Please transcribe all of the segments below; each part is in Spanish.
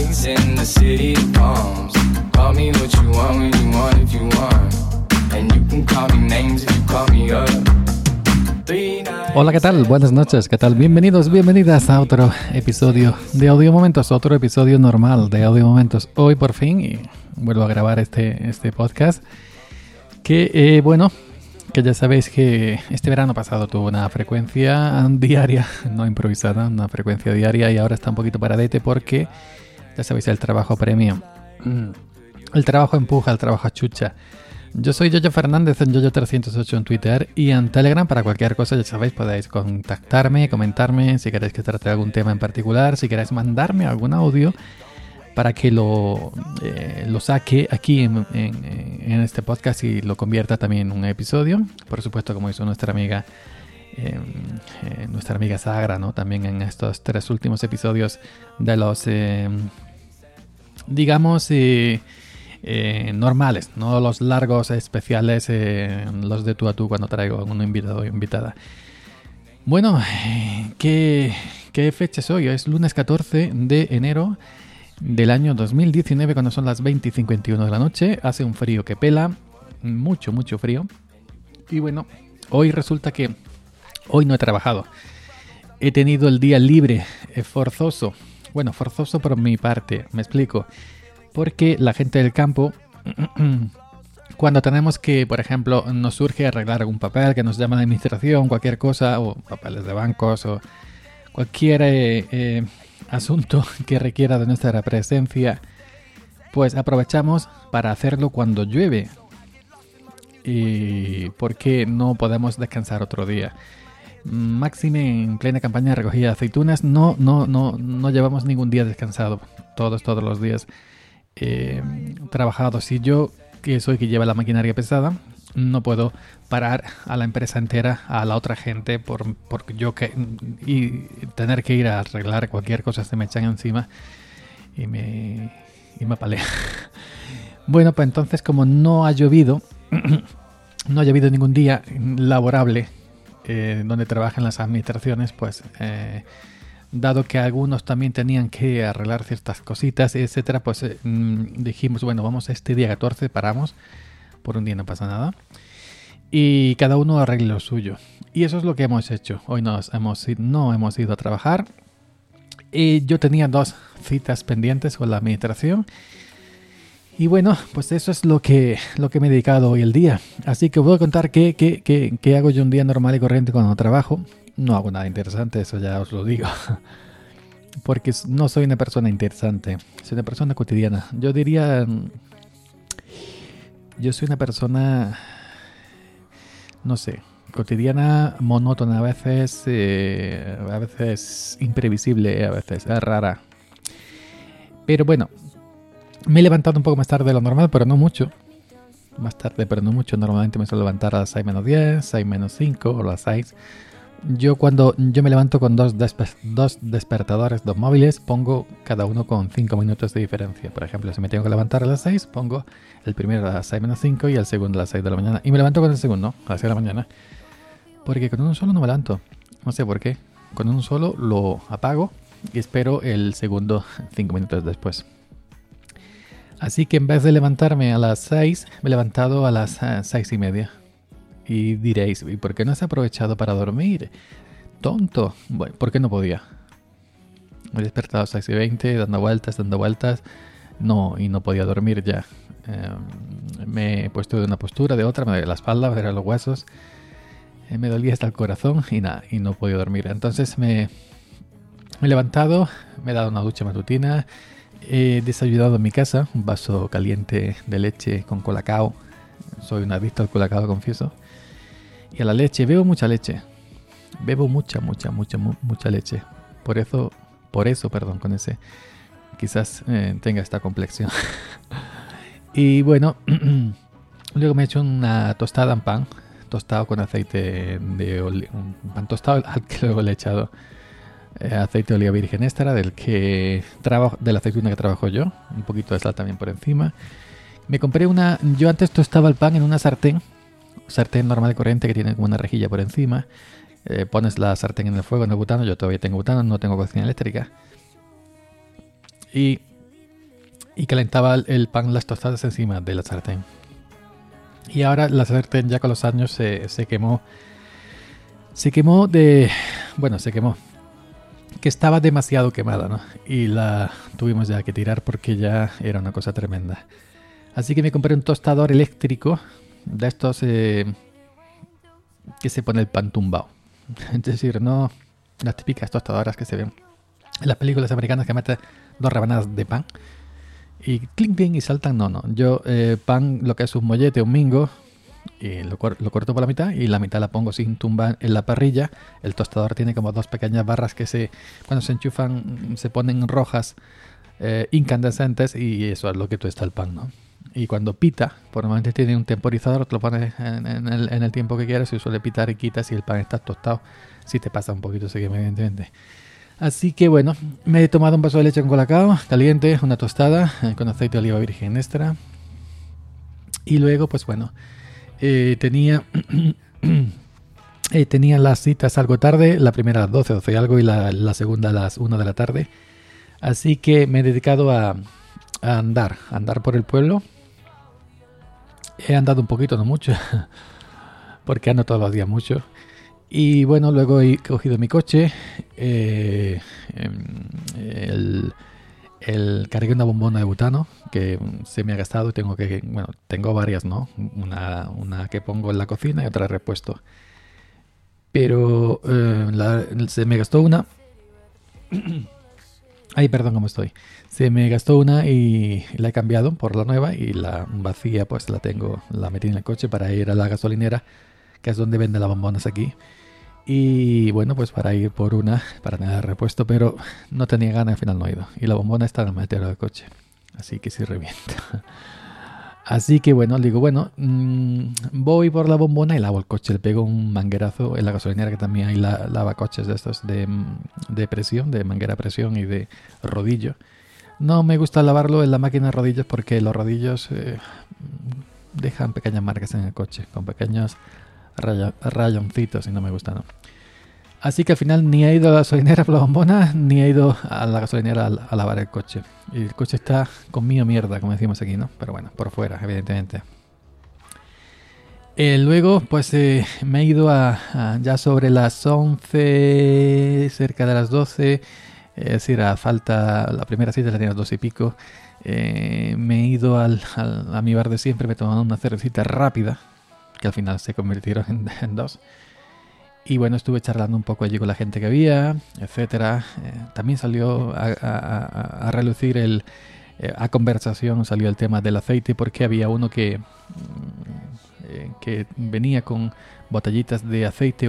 streets in the city of palms. Call me what you want when you want if you want. And you can call me names if you call me up. Hola, ¿qué tal? Buenas noches, ¿qué tal? Bienvenidos, bienvenidas a otro episodio de Audio Momentos, otro episodio normal de Audio Momentos. Hoy por fin vuelvo a grabar este podcast que, que ya sabéis que este verano pasado tuvo una frecuencia diaria, no improvisada, una frecuencia diaria, y ahora está un poquito paradete porque, ya sabéis, el trabajo premia. El trabajo empuja, el trabajo achucha. Yo soy Yoyo Fernández en Yoyo308 en Twitter y en Telegram. Para cualquier cosa, ya sabéis, podéis contactarme, comentarme si queréis que trate algún tema en particular, si queréis mandarme algún audio para que lo saque aquí en este podcast y lo convierta también en un episodio. Por supuesto, como hizo nuestra amiga Sagra, ¿no? También en estos 3 últimos episodios de los, normales, no los largos especiales, los de tú a tú cuando traigo a un invitado o invitada. Bueno, ¿qué fecha es hoy? Es lunes 14 de enero del año 2019, cuando son las 20:51 de la noche. Hace un frío que pela, mucho frío. Y bueno, hoy resulta que hoy no he trabajado. He tenido el día libre, forzoso. Bueno, forzoso por mi parte, me explico. Porque la gente del campo, cuando tenemos que, por ejemplo, nos surge arreglar algún papel que nos llama de administración, cualquier cosa, o papeles de bancos, o cualquier asunto que requiera de nuestra presencia, pues aprovechamos para hacerlo cuando llueve. Y porque no podemos descansar otro día. Máxime en plena campaña de recogida de aceitunas, no llevamos ningún día descansado, todos los días trabajados. Si yo, que soy que lleva la maquinaria pesada, no puedo parar a la empresa entera, a la otra gente, porque yo y tener que ir a arreglar cualquier cosa, se me echan encima y me apalea. Bueno, pues entonces, como no ha llovido ningún día laborable donde trabajan las administraciones, pues dado que algunos también tenían que arreglar ciertas cositas, etcétera, pues dijimos, bueno, vamos este día 14, paramos, por un día no pasa nada, y cada uno arregle lo suyo. Y eso es lo que hemos hecho. Hoy no hemos ido a trabajar, y yo tenía 2 citas pendientes con la administración, y bueno, pues eso es lo que me he dedicado hoy el día. Así que os voy a contar qué hago yo un día normal y corriente cuando trabajo. No hago nada interesante, eso ya os lo digo. Porque no soy una persona interesante, soy una persona cotidiana. Yo diría, yo soy una persona, no sé, cotidiana, monótona a veces imprevisible, a veces rara. Pero bueno, me he levantado un poco más tarde de lo normal, pero no mucho. Más tarde, pero no mucho. Normalmente me suelo levantar a las 6 menos 10, 6 menos 5 o a las 6. Cuando yo me levanto con dos despertadores, 2 móviles, pongo cada uno con 5 minutos de diferencia. Por ejemplo, si me tengo que levantar a las 6, pongo el primero a las 6 menos 5 y el segundo a las 6 de la mañana. Y me levanto con el segundo a las 6 de la mañana. Porque con uno solo no me levanto. No sé por qué. Con uno solo lo apago y espero el segundo 5 minutos después. Así que en vez de levantarme a las 6, me he levantado a las 6:30. Y diréis, ¿y por qué no has aprovechado para dormir? Tonto. Bueno, ¿por qué no podía? Me he despertado a 6:20, dando vueltas. No, y no podía dormir ya. Me he puesto de una postura, de otra, me dolía la espalda, me dolían los huesos. Me dolía hasta el corazón y nada, y no podía dormir. Entonces me he levantado, me he dado una ducha matutina, he desayunado en mi casa, un vaso caliente de leche con colacao. Soy un adicto al colacao, confieso. Y a la leche, bebo mucha leche. Bebo mucha leche. Por eso, con ese, quizás tenga esta complexión. Y bueno, luego me he hecho una tostada en pan, tostado con aceite de oliva, un pan tostado al que luego le he echado aceite de oliva virgen extra, de la aceituna que trabajo yo, un poquito de sal también por encima. Me compré yo antes tostaba el pan en una sartén normal y corriente que tiene como una rejilla por encima. Pones la sartén en el fuego, en el butano. Yo todavía tengo butano, no tengo cocina eléctrica. Y y calentaba el pan, las tostadas encima de la sartén. Y ahora la sartén ya con los años se quemó. Se quemó que estaba demasiado quemada, ¿no? Y la tuvimos ya que tirar porque ya era una cosa tremenda. Así que me compré un tostador eléctrico de estos que se pone el pan tumbado. Es decir, no las típicas tostadoras que se ven en las películas americanas que meten 2 rebanadas de pan y clink clink y saltan. No. Yo pan, lo que es un mollete, un mingo, y lo corto por la mitad y la mitad la pongo sin tumbar en la parrilla. El tostador tiene como 2 pequeñas barras que cuando se enchufan se ponen rojas, incandescentes, y eso es lo que tuesta el pan, ¿no? Y cuando pita, por normalmente tiene un temporizador, te lo pones en el tiempo que quieras y suele pitar y quitas si el pan está tostado. Si te pasa un poquito, se quema evidentemente. Así que bueno, me he tomado un vaso de leche con colacao caliente, una tostada con aceite de oliva virgen extra. Y luego, pues bueno, tenía las citas algo tarde, la primera a las 12 y algo y la segunda a las 1 de la tarde. Así que me he dedicado a andar por el pueblo. He andado un poquito, no mucho, porque ando todos los días mucho. Y bueno, luego he cogido mi coche, cargué una bombona de butano que se me ha gastado. Tengo varias, ¿no? Una que pongo en la cocina y otra de repuesto. Pero se me gastó una. Ay, perdón, ¿cómo estoy? Se me gastó una y la he cambiado por la nueva, y la vacía pues la metí en el coche para ir a la gasolinera, que es donde venden las bombonas aquí. Y bueno, pues para ir por una, para tener repuesto, pero no tenía ganas, al final no he ido. Y la bombona está en el maletero del coche, así que sí revienta. Así que bueno, digo, voy por la bombona y lavo el coche. Le pego un manguerazo en la gasolinera, que también hay lavacoches de estos de presión, de manguera a presión y de rodillo. No me gusta lavarlo en la máquina de rodillos porque los rodillos dejan pequeñas marcas en el coche, con pequeños rayoncitos, y no me gusta, ¿no? Así que al final ni he ido a la gasolinera por la bombona, ni he ido a la gasolinera a lavar el coche. Y el coche está conmigo mierda, como decimos aquí, ¿no? Pero bueno, por fuera, evidentemente. Luego, pues me he ido ya sobre las 11, cerca de las 12. Es decir, a falta, la primera cita la tenía a las 12 y pico. Me he ido a mi bar de siempre, me he tomado una cervecita rápida, que al final se convirtieron en 2. Y bueno, estuve charlando un poco allí con la gente que había, etcétera. También salió a relucir a conversación, salió el tema del aceite, porque había uno que venía con botellitas de aceite,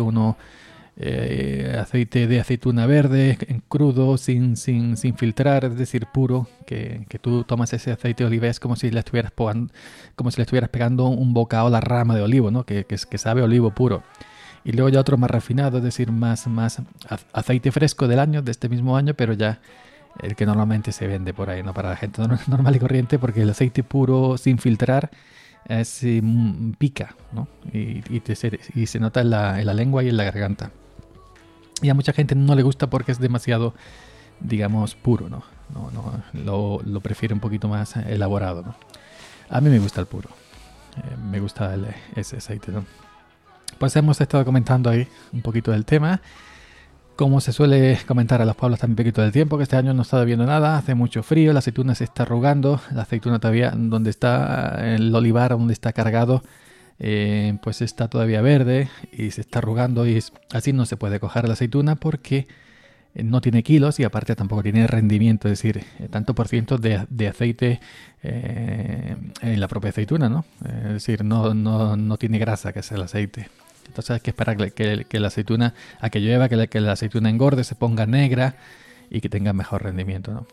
aceite de aceituna verde, en crudo, sin filtrar, es decir, puro, que tú tomas ese aceite de oliva, es como si le estuvieras pegando un bocado a la rama de olivo, ¿no? Que sabe a olivo puro. Y luego ya otro más refinado, es decir, más aceite fresco del año, de este mismo año, pero ya el que normalmente se vende por ahí, ¿no? Para la gente normal y corriente, porque el aceite puro sin filtrar pica, ¿no? Y se nota en la lengua y en la garganta. Y a mucha gente no le gusta porque es demasiado, digamos, puro, ¿no? Lo prefiere un poquito más elaborado, ¿no? A mí me gusta el puro. Me gusta ese aceite, ¿no? Pues hemos estado comentando ahí un poquito del tema. Como se suele comentar a los pueblos también un poquito del tiempo, que este año no está viendo nada, hace mucho frío, la aceituna se está arrugando, la aceituna todavía donde está el olivar, donde está cargado, pues está todavía verde y se está arrugando, y así no se puede coger la aceituna porque no tiene kilos y aparte tampoco tiene rendimiento, es decir, tanto por ciento de aceite en la propia aceituna, ¿no? Es decir, no tiene grasa, que es el aceite. Entonces hay que esperar que la aceituna, a que llueva, que la aceituna engorde, se ponga negra y que tenga mejor rendimiento, ¿no?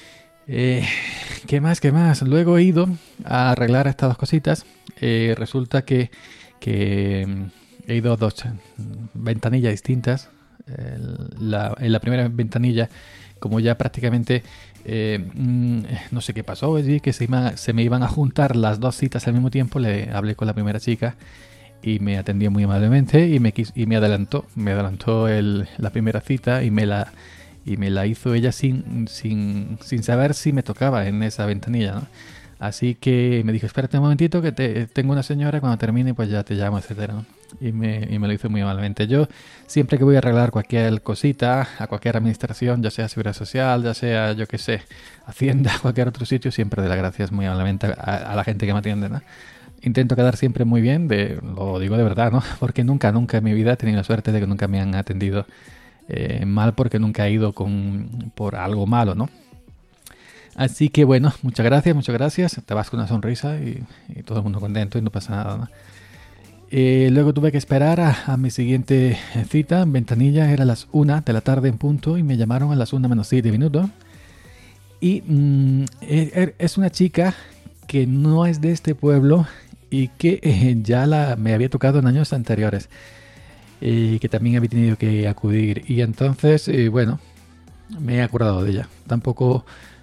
¿Qué más? Luego he ido a arreglar estas 2 cositas. Resulta que he ido a 2 ventanillas distintas. En la primera ventanilla, como ya prácticamente no sé qué pasó, que se me iban a juntar las 2 citas al mismo tiempo, le hablé con la primera chica y me atendió muy amablemente y me adelantó la primera cita y me y me la hizo ella sin saber si me tocaba en esa ventanilla, ¿no? Así que me dijo, espérate un momentito que tengo una señora, cuando termine pues ya te llamo, etcétera, ¿no? Y me lo hizo muy amablemente. Yo siempre que voy a arreglar cualquier cosita a cualquier administración, ya sea Seguridad Social, ya sea, yo qué sé, Hacienda, cualquier otro sitio, siempre doy las gracias muy amablemente a la gente que me atiende, ¿no? Intento quedar siempre muy bien, lo digo de verdad, ¿no? Porque nunca en mi vida he tenido la suerte de que nunca me han atendido mal, porque nunca he ido por algo malo, ¿no? Así que bueno, muchas gracias. Te vas con una sonrisa y todo el mundo contento y no pasa nada, ¿no? Luego tuve que esperar a mi siguiente cita. Ventanilla era a las 1 de la tarde en punto y me llamaron a las 1 menos 7 minutos. Y es una chica que no es de este pueblo y que ya me había tocado en años anteriores. Que también había tenido que acudir. Y entonces, bueno, me he acordado de ella. Tampoco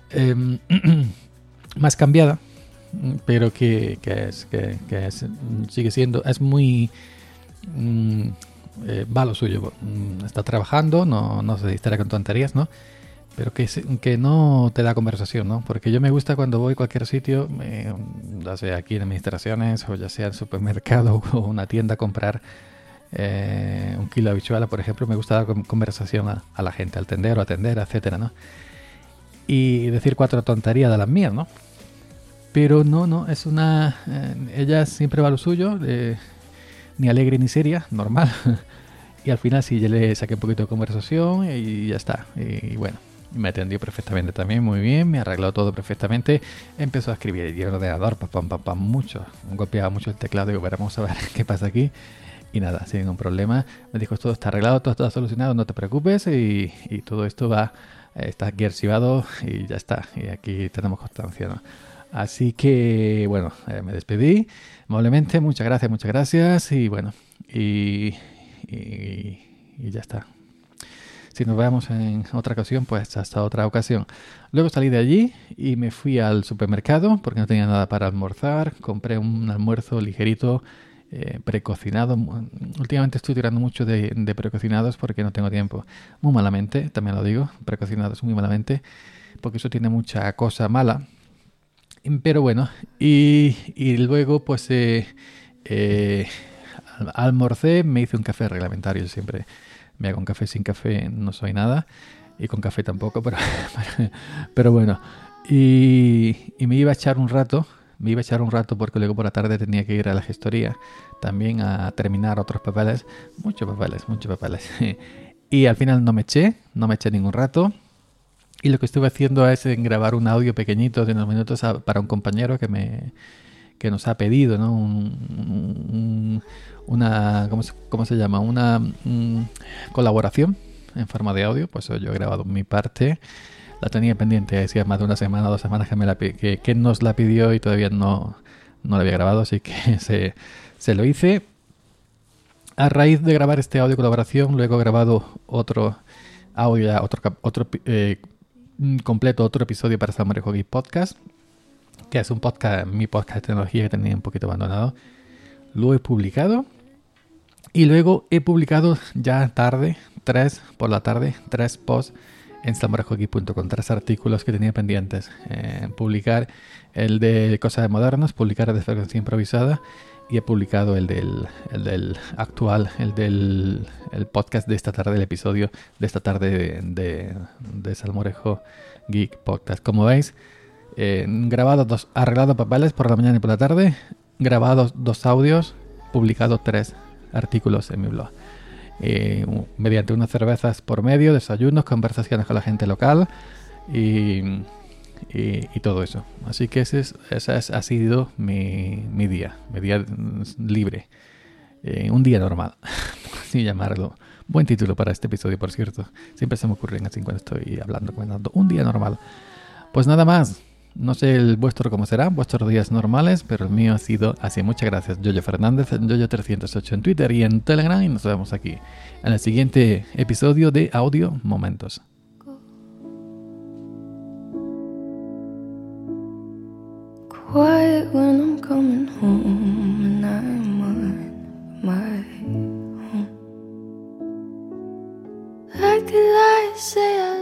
más cambiada, pero que sigue siendo, es muy va lo suyo, está trabajando, no se distrae con tonterías, ¿no? Pero que no te da conversación, ¿no? Porque yo me gusta cuando voy a cualquier sitio, ya sea aquí en administraciones o ya sea en supermercado o una tienda a comprar un kilo de habichuela, por ejemplo, me gusta dar conversación a la gente, al tendero, atender, etcétera, ¿no? Y decir 4 tonterías de las mías, ¿no? Pero no, es una... ella siempre va a lo suyo, ni alegre ni seria, normal. Y al final sí, yo le saqué un poquito de conversación y ya está. Y bueno, me atendió perfectamente también, muy bien, me arregló todo perfectamente. Empezó a escribir y el ordenador, mucho. Golpeaba mucho el teclado, digo, vamos a ver qué pasa aquí. Y nada, sin ningún problema. Me dijo, todo está arreglado, todo está solucionado, no te preocupes. Y todo esto está aquí archivado y ya está. Y aquí tenemos constancia, ¿no? Así que, bueno, me despedí amablemente. Muchas gracias. Y bueno, y ya está. Si nos vemos en otra ocasión, pues hasta otra ocasión. Luego salí de allí y me fui al supermercado porque no tenía nada para almorzar. Compré un almuerzo ligerito, precocinado. Últimamente estoy tirando mucho de precocinados porque no tengo tiempo. Muy malamente, también lo digo, precocinados muy malamente, porque eso tiene mucha cosa mala. Pero bueno, y luego pues almorcé, me hice un café reglamentario. Yo siempre me hago un café, sin café no soy nada, y con café tampoco, pero bueno. Y me iba a echar un rato porque luego por la tarde tenía que ir a la gestoría también a terminar otros papeles, muchos papeles. Y al final no me eché ningún rato. Y lo que estuve haciendo es grabar un audio pequeñito de unos minutos para un compañero que nos ha pedido, ¿no? Una ¿cómo se llama? Una colaboración en forma de audio. Pues yo he grabado mi parte. La tenía pendiente, decía más de una semana, 2 semanas que nos la pidió y todavía no la había grabado, así que se lo hice. A raíz de grabar este audio de colaboración, luego he grabado otro audio, completo, otro episodio para Salmorejo Geek Podcast, que es mi podcast de tecnología que tenía un poquito abandonado. Lo he publicado y luego he publicado ya tarde, 3 por la tarde, 3 posts en salmorejogeek.com, 3 artículos que tenía pendientes. Publicar el de cosas modernas, publicar el de frecuencia improvisada, y he publicado el del actual, el podcast de esta tarde, el episodio de esta tarde de Salmorejo Geek Podcast. Como veis, arreglado papeles por la mañana y por la tarde, grabados 2 audios, publicado 3 artículos en mi blog. Mediante unas cervezas por medio, desayunos, conversaciones con la gente local y todo eso. Así que ese ha sido mi día libre, un día normal, así llamarlo. Buen título para este episodio, por cierto. Siempre se me ocurren así cuando estoy comentando un día normal. Pues nada más. No sé el vuestro cómo será, vuestros días normales, pero el mío ha sido así. Muchas gracias, Yoyo Fernández, Yoyo308 en Twitter y en Telegram, y nos vemos aquí en el siguiente episodio de Audio Momentos. Quiet when I'm coming home and I'm on my own. Like the lights say I